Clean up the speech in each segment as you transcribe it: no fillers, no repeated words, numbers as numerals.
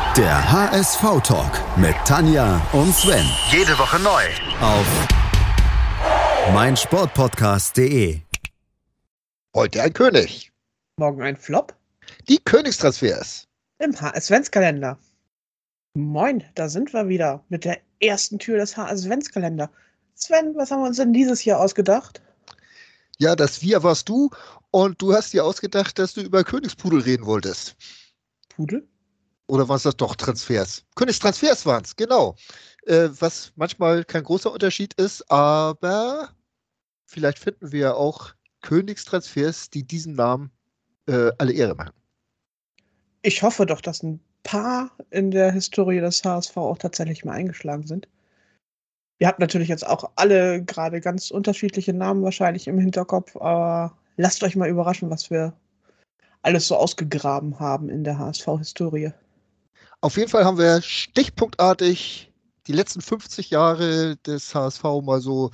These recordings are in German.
Der HSV-Talk mit Tanja und Sven. Jede Woche neu. Auf meinsportpodcast.de. Heute ein König. Morgen ein Flop Die Königstransfers. im HS-Adventskalender. Moin, da sind wir wieder mit der ersten Tür des HS-Adventskalender. Sven, was haben wir uns denn dieses Jahr ausgedacht? Ja, das Wir warst du und du hast dir ausgedacht, dass du über Königspudel reden wolltest. Pudel? Oder waren es das doch Transfers? Königstransfers waren es, genau. Was manchmal kein großer Unterschied ist, aber vielleicht finden wir ja auch Königstransfers, die diesen Namen alle Ehre machen. Ich hoffe doch, dass ein paar in der Historie des HSV auch tatsächlich mal eingeschlagen sind. Ihr habt natürlich jetzt auch alle gerade ganz unterschiedliche Namen wahrscheinlich im Hinterkopf, aber lasst euch mal überraschen, was wir alles so ausgegraben haben in der HSV-Historie. Auf jeden Fall haben wir stichpunktartig die letzten 50 Jahre des HSV mal so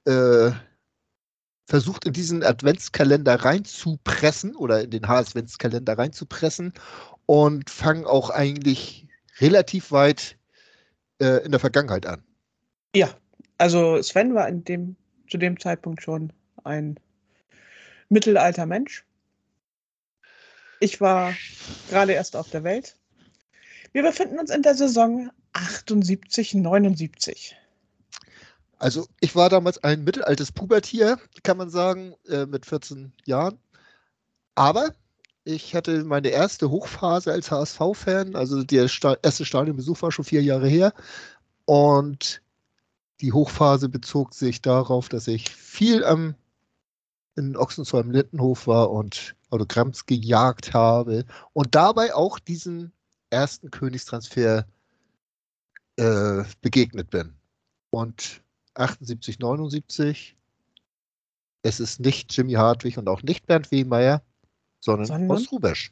versucht, in diesen Adventskalender reinzupressen oder in den HS-Adventskalender reinzupressen und fangen auch eigentlich relativ weit in der Vergangenheit an. Ja, also Sven war zu dem Zeitpunkt schon ein mittelalter Mensch. Ich war gerade erst auf der Welt. Wir befinden uns in der Saison 78, 79. Also ich war damals ein mittelaltes Pubertier, kann man sagen, mit 14 Jahren. Aber ich hatte meine erste Hochphase als HSV-Fan. Also der erste Stadionbesuch war schon 4 Jahre her. Und die Hochphase bezog sich darauf, dass ich viel in Ochsenzoll am Lindenhof war und Autogramms gejagt habe und dabei auch diesen ersten Königstransfer begegnet bin. Und 78, 79, es ist nicht Jimmy Hartwig und auch nicht Bernd Wehmeier, sondern Horst Hrubesch.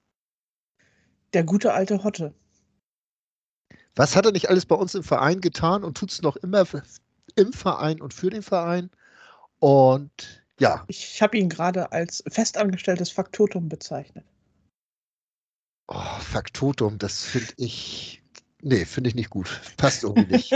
Der gute alte Hotte. Was hat er nicht alles bei uns im Verein getan und tut es noch immer im Verein und für den Verein? Und ja. Ich habe ihn gerade als festangestelltes Faktotum bezeichnet. Oh, Faktotum, das finde ich nicht gut. Passt irgendwie nicht.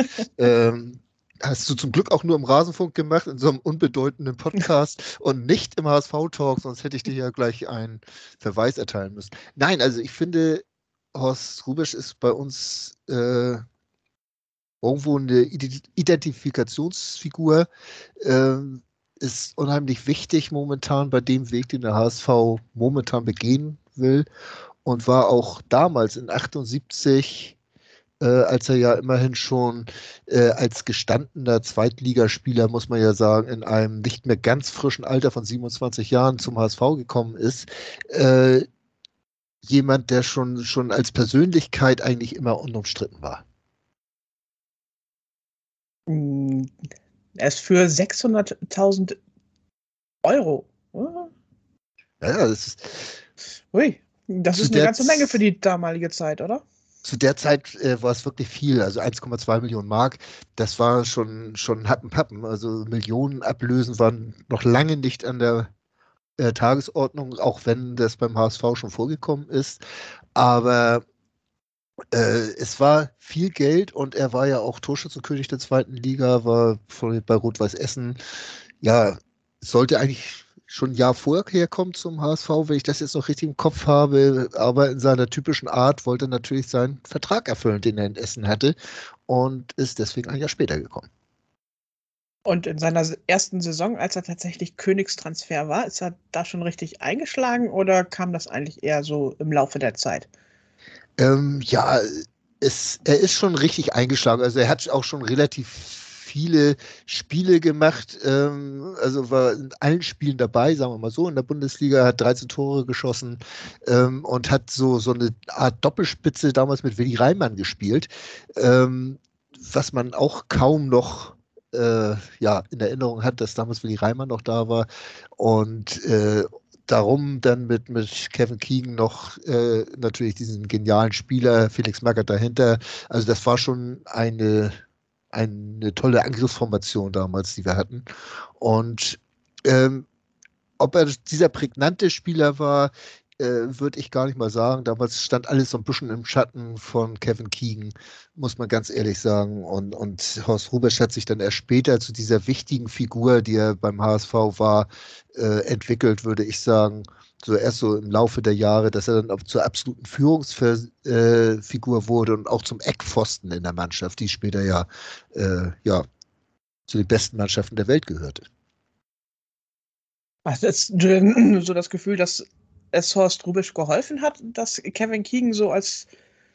Hast du zum Glück auch nur im Rasenfunk gemacht, in so einem unbedeutenden Podcast und nicht im HSV-Talk, sonst hätte ich dir ja gleich einen Verweis erteilen müssen. Nein, also ich finde, Horst Hrubesch ist bei uns irgendwo eine Identifikationsfigur, ist unheimlich wichtig momentan bei dem Weg, den der HSV momentan begehen will und war auch damals in 78, als er ja immerhin schon als gestandener Zweitligaspieler, muss man ja sagen, in einem nicht mehr ganz frischen Alter von 27 Jahren zum HSV gekommen ist, jemand, der schon als Persönlichkeit eigentlich immer unumstritten war. Er ist für 600.000 Euro. Ja, das ist. Ui, das ist eine ganze Menge für die damalige Zeit, oder? Zu der Zeit war es wirklich viel, also 1,2 Millionen Mark, das war schon Happenpappen, also Millionen Ablösen waren noch lange nicht an der Tagesordnung, auch wenn das beim HSV schon vorgekommen ist, aber es war viel Geld und er war ja auch Torschützenkönig der zweiten Liga, war bei Rot-Weiß Essen, ja, sollte eigentlich schon ein Jahr vorher kommen zum HSV, wenn ich das jetzt noch richtig im Kopf habe, aber in seiner typischen Art wollte er natürlich seinen Vertrag erfüllen, den er in Essen hatte und ist deswegen ein Jahr später gekommen. Und in seiner ersten Saison, als er tatsächlich Königstransfer war, ist er da schon richtig eingeschlagen oder kam das eigentlich eher so im Laufe der Zeit? Ja, er ist schon richtig eingeschlagen. Also er hat auch schon relativ viele Spiele gemacht, also war in allen Spielen dabei, sagen wir mal so, in der Bundesliga, hat 13 Tore geschossen und hat so eine Art Doppelspitze damals mit Willi Reimann gespielt, was man auch kaum noch in Erinnerung hat, dass damals Willi Reimann noch da war und darum dann mit Kevin Keegan noch natürlich diesen genialen Spieler, Felix Magath dahinter. Also das war schon eine tolle Angriffsformation damals, die wir hatten. Und ob er dieser prägnante Spieler war, würde ich gar nicht mal sagen. Damals stand alles so ein bisschen im Schatten von Kevin Keegan, muss man ganz ehrlich sagen. Und Horst Hrubesch hat sich dann erst später zu dieser wichtigen Figur, die er beim HSV war, entwickelt, würde ich sagen. So erst so im Laufe der Jahre, dass er dann auch zur absoluten Führungsfigur wurde und auch zum Eckpfosten in der Mannschaft, die später ja zu den besten Mannschaften der Welt gehörte. Hast du so das Gefühl, dass es Horst Hrubesch geholfen hat, dass Kevin Keegan so als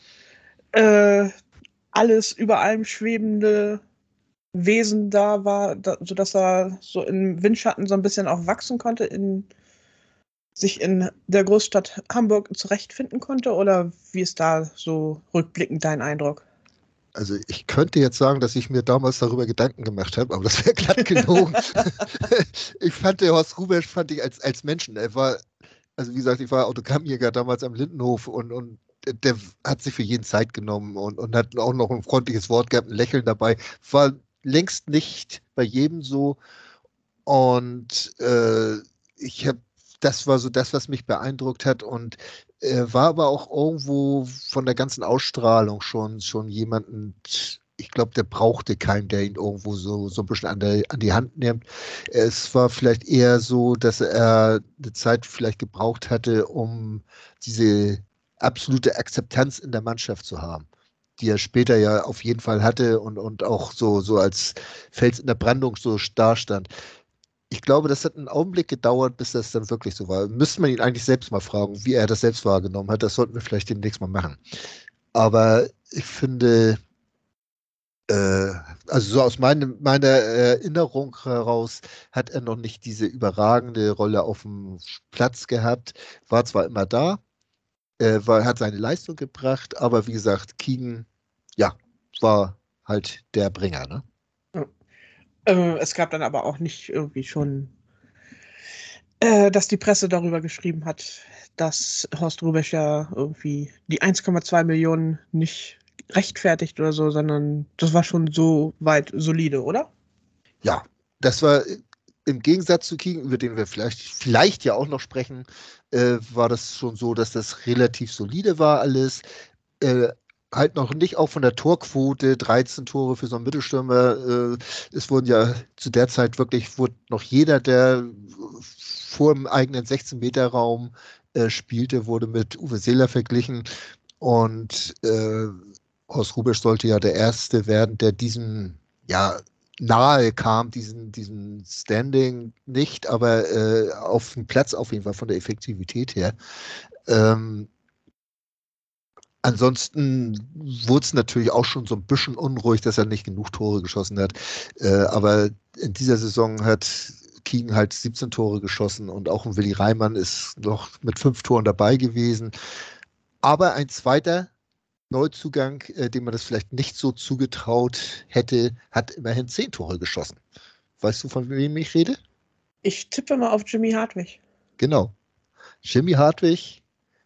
alles über allem schwebende Wesen da war, sodass er so im Windschatten so ein bisschen auch wachsen konnte, sich in der Großstadt Hamburg zurechtfinden konnte? Oder wie ist da so rückblickend dein Eindruck? Also ich könnte jetzt sagen, dass ich mir damals darüber Gedanken gemacht habe, aber das wäre glatt gelogen. Ich fand der Horst Hrubesch als Menschen, er war, also wie gesagt, ich war Autogrammjäger damals am Lindenhof und der hat sich für jeden Zeit genommen und hat auch noch ein freundliches Wort gehabt, ein Lächeln dabei. War längst nicht bei jedem so. Und das war so das, was mich beeindruckt hat und war aber auch irgendwo von der ganzen Ausstrahlung schon jemanden, ich glaube, der brauchte keinen, der ihn irgendwo so ein bisschen an die Hand nimmt. Es war vielleicht eher so, dass er eine Zeit vielleicht gebraucht hatte, um diese absolute Akzeptanz in der Mannschaft zu haben, die er später ja auf jeden Fall hatte und auch so als Fels in der Brandung so dastand. Ich glaube, das hat einen Augenblick gedauert, bis das dann wirklich so war. Müsste man ihn eigentlich selbst mal fragen, wie er das selbst wahrgenommen hat. Das sollten wir vielleicht demnächst mal machen. Aber ich finde, also so aus meiner Erinnerung heraus hat er noch nicht diese überragende Rolle auf dem Platz gehabt. War zwar immer da, hat seine Leistung gebracht, aber wie gesagt, Keegan, ja, war halt der Bringer, ne? Es gab dann aber auch nicht irgendwie schon, dass die Presse darüber geschrieben hat, dass Horst Hrubesch ja irgendwie die 1,2 Millionen nicht rechtfertigt oder so, sondern das war schon so weit solide, oder? Ja, das war im Gegensatz zu Keegan, über den wir vielleicht ja auch noch sprechen, war das schon so, dass das relativ solide war alles. Halt noch nicht auch von der Torquote, 13 Tore für so einen Mittelstürmer. Es wurden ja zu der Zeit wurde noch jeder, der vor dem eigenen 16-Meter-Raum spielte, wurde mit Uwe Seeler verglichen. Und Horst Hrubesch sollte ja der Erste werden, der diesem ja nahe kam, diesem Standing nicht, aber auf dem Platz auf jeden Fall von der Effektivität her. Ansonsten wurde es natürlich auch schon so ein bisschen unruhig, dass er nicht genug Tore geschossen hat. Aber in dieser Saison hat Keegan halt 17 Tore geschossen und auch ein Willi Reimann ist noch mit 5 Toren dabei gewesen. Aber ein zweiter Neuzugang, dem man das vielleicht nicht so zugetraut hätte, hat immerhin 10 Tore geschossen. Weißt du, von wem ich rede? Ich tippe mal auf Jimmy Hartwig. Genau. Jimmy Hartwig,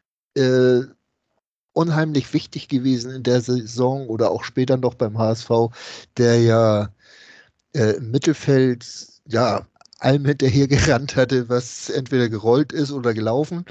unheimlich wichtig gewesen in der Saison oder auch später noch beim HSV, der ja im Mittelfeld ja allem hinterher gerannt hatte, was entweder gerollt ist oder gelaufen,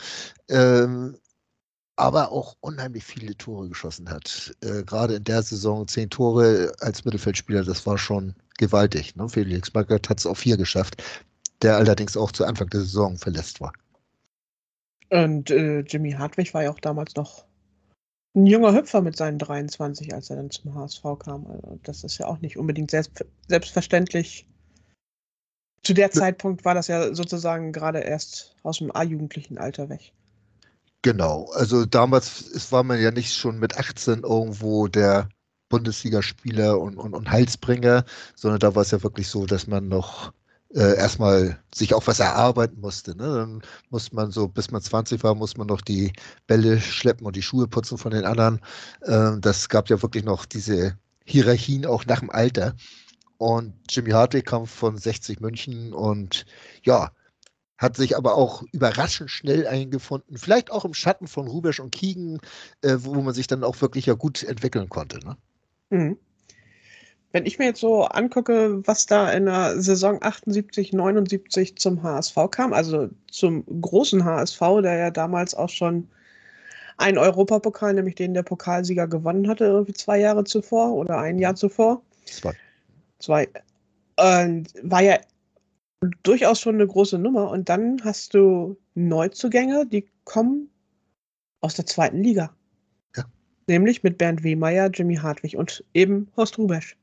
aber auch unheimlich viele Tore geschossen hat. Gerade in der Saison 10 Tore als Mittelfeldspieler, das war schon gewaltig. Ne? Felix Magath hat es auf 4 geschafft, der allerdings auch zu Anfang der Saison verletzt war. Und Jimmy Hartwig war ja auch damals noch ein junger Hüpfer mit seinen 23, als er dann zum HSV kam. Also das ist ja auch nicht unbedingt selbstverständlich. Zu der Zeitpunkt war das ja sozusagen gerade erst aus dem A-jugendlichen Alter weg. Genau, also damals war man ja nicht schon mit 18 irgendwo der Bundesligaspieler und Heilsbringer, sondern da war es ja wirklich so, dass man noch erstmal sich auch was erarbeiten musste. Ne? Dann muss man so, bis man 20 war, muss man noch die Bälle schleppen und die Schuhe putzen von den anderen. Das gab ja wirklich noch diese Hierarchien auch nach dem Alter. Und Jimmy Hartwig kam von 60 München und ja, hat sich aber auch überraschend schnell eingefunden, vielleicht auch im Schatten von Hrubesch und Keegan, wo man sich dann auch wirklich ja gut entwickeln konnte. Ne? Mhm. Wenn ich mir jetzt so angucke, was da in der Saison 78, 79 zum HSV kam, also zum großen HSV, der ja damals auch schon einen Europapokal, nämlich den der Pokalsieger gewonnen hatte, irgendwie 2 Jahre zuvor oder ein Jahr zuvor. 2. 2. War ja durchaus schon eine große Nummer. Und dann hast du Neuzugänge, die kommen aus der 2. Liga. Ja. Nämlich mit Bernd Wehmeier, Jimmy Hartwig und eben Horst Hrubesch.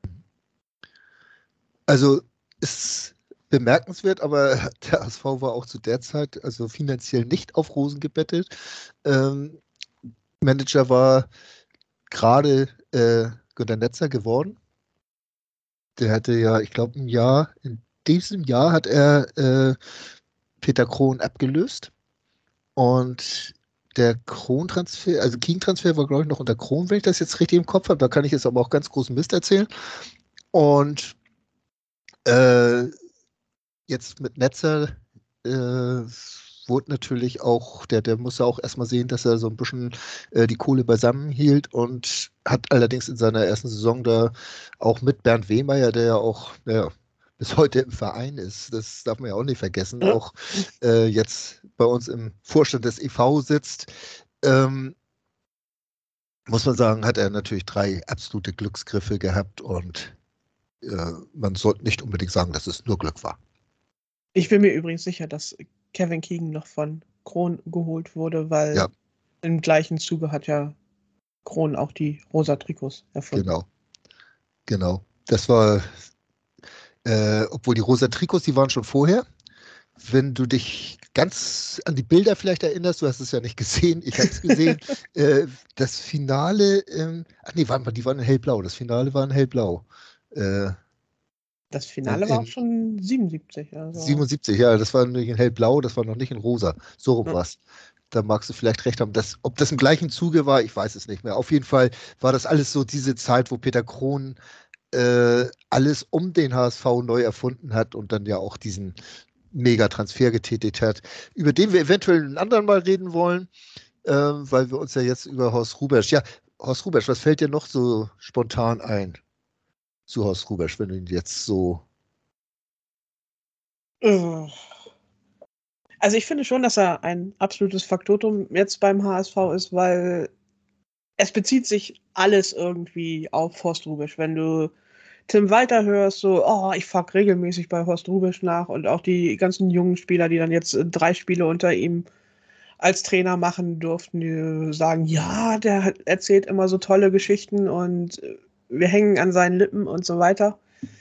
Also ist bemerkenswert, aber der HSV war auch zu der Zeit also finanziell nicht auf Rosen gebettet. Manager war gerade Günter Netzer geworden. Der hatte ja, ich glaube, in diesem Jahr hat er Peter Krohn abgelöst. Und der Krohn-Transfer, also King-Transfer war, glaube ich, noch unter Krohn, wenn ich das jetzt richtig im Kopf habe. Da kann ich jetzt aber auch ganz großen Mist erzählen. Und jetzt mit Netzer wurde natürlich auch, der musste auch erstmal sehen, dass er so ein bisschen die Kohle beisammen hielt und hat allerdings in seiner ersten Saison da auch mit Bernd Wehmeier, der ja auch bis heute im Verein ist, das darf man ja auch nicht vergessen, auch jetzt bei uns im Vorstand des e.V. sitzt, muss man sagen, hat er natürlich 3 absolute Glücksgriffe gehabt und man sollte nicht unbedingt sagen, dass es nur Glück war. Ich bin mir übrigens sicher, dass Kevin Keegan noch von Krohn geholt wurde, weil im gleichen Zuge hat ja Krohn auch die rosa Trikots erfunden. Genau. Das war, obwohl die rosa Trikots, die waren schon vorher. Wenn du dich ganz an die Bilder vielleicht erinnerst, du hast es ja nicht gesehen, ich habe es gesehen, das Finale, die waren in hellblau, das Finale war in hellblau. Das Finale war auch schon 77. Also. 77, ja, das war nicht in hellblau, das war noch nicht in rosa. So rum was. Da magst du vielleicht recht haben. Ob das im gleichen Zuge war, ich weiß es nicht mehr. Auf jeden Fall war das alles so diese Zeit, wo Peter Krohn alles um den HSV neu erfunden hat und dann ja auch diesen Mega-Transfer getätigt hat, über den wir eventuell ein anderen Mal reden wollen, weil wir uns ja jetzt über Horst Hrubesch, Horst Hrubesch, was fällt dir noch so spontan ein zu Horst Hrubesch, wenn du ihn jetzt so... Also ich finde schon, dass er ein absolutes Faktotum jetzt beim HSV ist, weil es bezieht sich alles irgendwie auf Horst Hrubesch. Wenn du Tim Walter hörst, so, ich frage regelmäßig bei Horst Hrubesch nach und auch die ganzen jungen Spieler, die dann jetzt 3 Spiele unter ihm als Trainer machen durften, die sagen, ja, der erzählt immer so tolle Geschichten und wir hängen an seinen Lippen und so weiter.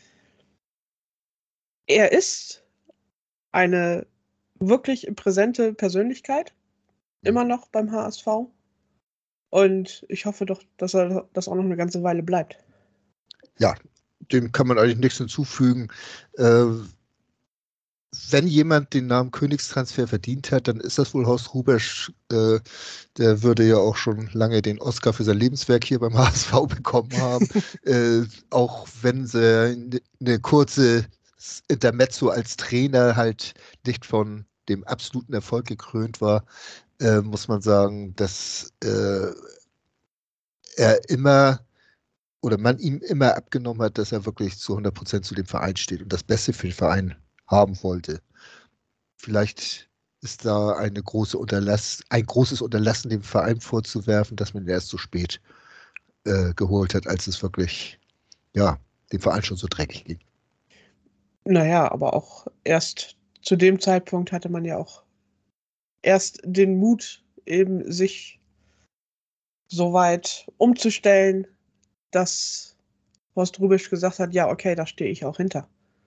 Er ist eine wirklich präsente Persönlichkeit, immer noch beim HSV. Und ich hoffe doch, dass er das auch noch eine ganze Weile bleibt. Ja, dem kann man eigentlich nichts hinzufügen. Wenn jemand den Namen Königstransfer verdient hat, dann ist das wohl Horst Hrubesch. Der würde ja auch schon lange den Oscar für sein Lebenswerk hier beim HSV bekommen haben. Auch wenn sie eine kurze Intermezzo als Trainer halt nicht von dem absoluten Erfolg gekrönt war, muss man sagen, dass er immer oder man ihm immer abgenommen hat, dass er wirklich zu 100% zu dem Verein steht und das Beste für den Verein haben wollte. Vielleicht ist da ein großes Unterlassen dem Verein vorzuwerfen, dass man ihn erst so spät geholt hat, als es wirklich dem Verein schon so dreckig ging. Naja, aber auch erst zu dem Zeitpunkt hatte man ja auch erst den Mut, eben sich so weit umzustellen, dass Horst Hrubesch gesagt hat, ja, okay, da stehe ich auch hinter.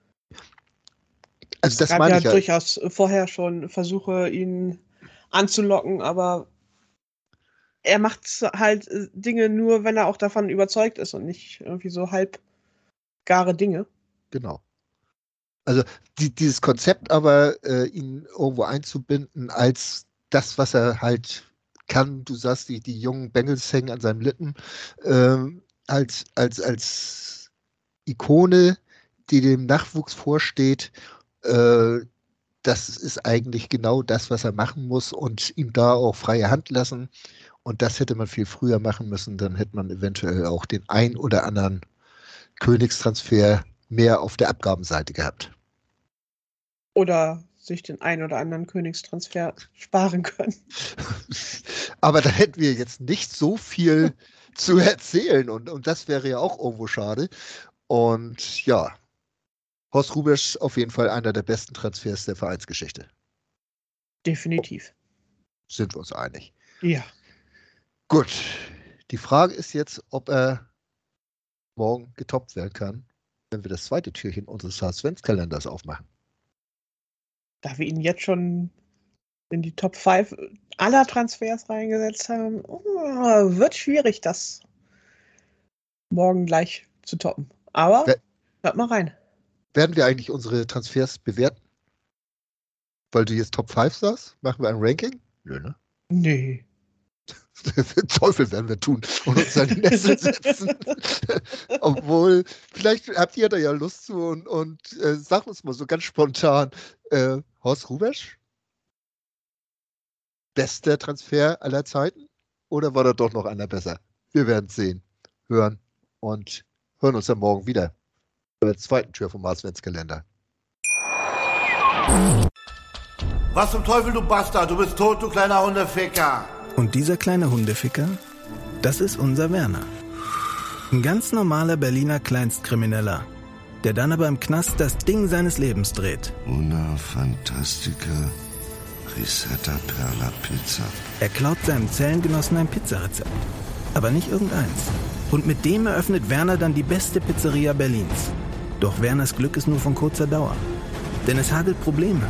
Also das gab meine ja ich ja durchaus vorher schon Versuche, ihn anzulocken, aber er macht halt Dinge nur, wenn er auch davon überzeugt ist und nicht irgendwie so halbgare Dinge. Genau. Also dieses Konzept aber, ihn irgendwo einzubinden als das, was er halt kann, du sagst, die jungen Bengels hängen an seinem Lippen, als Ikone, die dem Nachwuchs vorsteht, das ist eigentlich genau das, was er machen muss und ihm da auch freie Hand lassen. Und das hätte man viel früher machen müssen, dann hätte man eventuell auch den ein oder anderen Königstransfer mehr auf der Abgabenseite gehabt. Oder sich den einen oder anderen Königstransfer sparen können. Aber da hätten wir jetzt nicht so viel zu erzählen und das wäre ja auch irgendwo schade. Und ja, Horst Hrubesch auf jeden Fall einer der besten Transfers der Vereinsgeschichte. Definitiv. Sind wir uns einig. Ja. Gut, die Frage ist jetzt, ob er morgen getoppt werden kann, wenn wir das zweite Türchen unseres Adventskalenders aufmachen. Da wir ihn jetzt schon in die Top 5 aller Transfers reingesetzt haben, wird schwierig, das morgen gleich zu toppen. Aber hört mal rein. Werden wir eigentlich unsere Transfers bewerten? Weil du jetzt Top 5 sagst? Machen wir ein Ranking? Nö, ne? Nee. Teufel werden wir tun und uns an die Nässe setzen. Obwohl, vielleicht habt ihr da ja Lust zu und sagt uns mal so ganz spontan, Horst Hrubesch? Bester Transfer aller Zeiten? Oder war da doch noch einer besser? Wir werden es sehen, hören und hören uns dann morgen wieder bei der zweiten Tür vom Adventskalender. Was zum Teufel, du Bastard? Du bist tot, du kleiner Hundeficker. Und dieser kleine Hundeficker, das ist unser Werner. Ein ganz normaler Berliner Kleinstkrimineller, der dann aber im Knast das Ding seines Lebens dreht. Una Fantastica Risetta Perla Pizza. Er klaut seinem Zellengenossen ein Pizzarezept, aber nicht irgendeins. Und mit dem eröffnet Werner dann die beste Pizzeria Berlins. Doch Werners Glück ist nur von kurzer Dauer, denn es hagelt Probleme.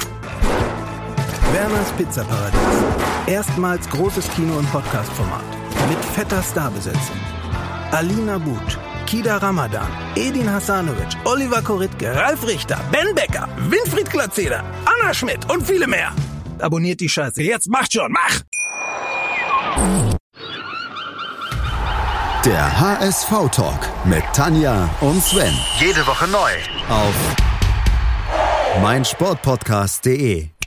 Werners Pizzaparadies. Erstmals großes Kino- und Podcast-Format. Mit fetter Starbesetzung. Alina But, Kida Ramadan, Edin Hasanovic, Oliver Koritke, Ralf Richter, Ben Becker, Winfried Glatzeder, Anna Schmidt und viele mehr. Abonniert die Scheiße. Jetzt macht schon, mach! Der HSV-Talk mit Tanja und Sven. Jede Woche neu. Auf meinsportpodcast.de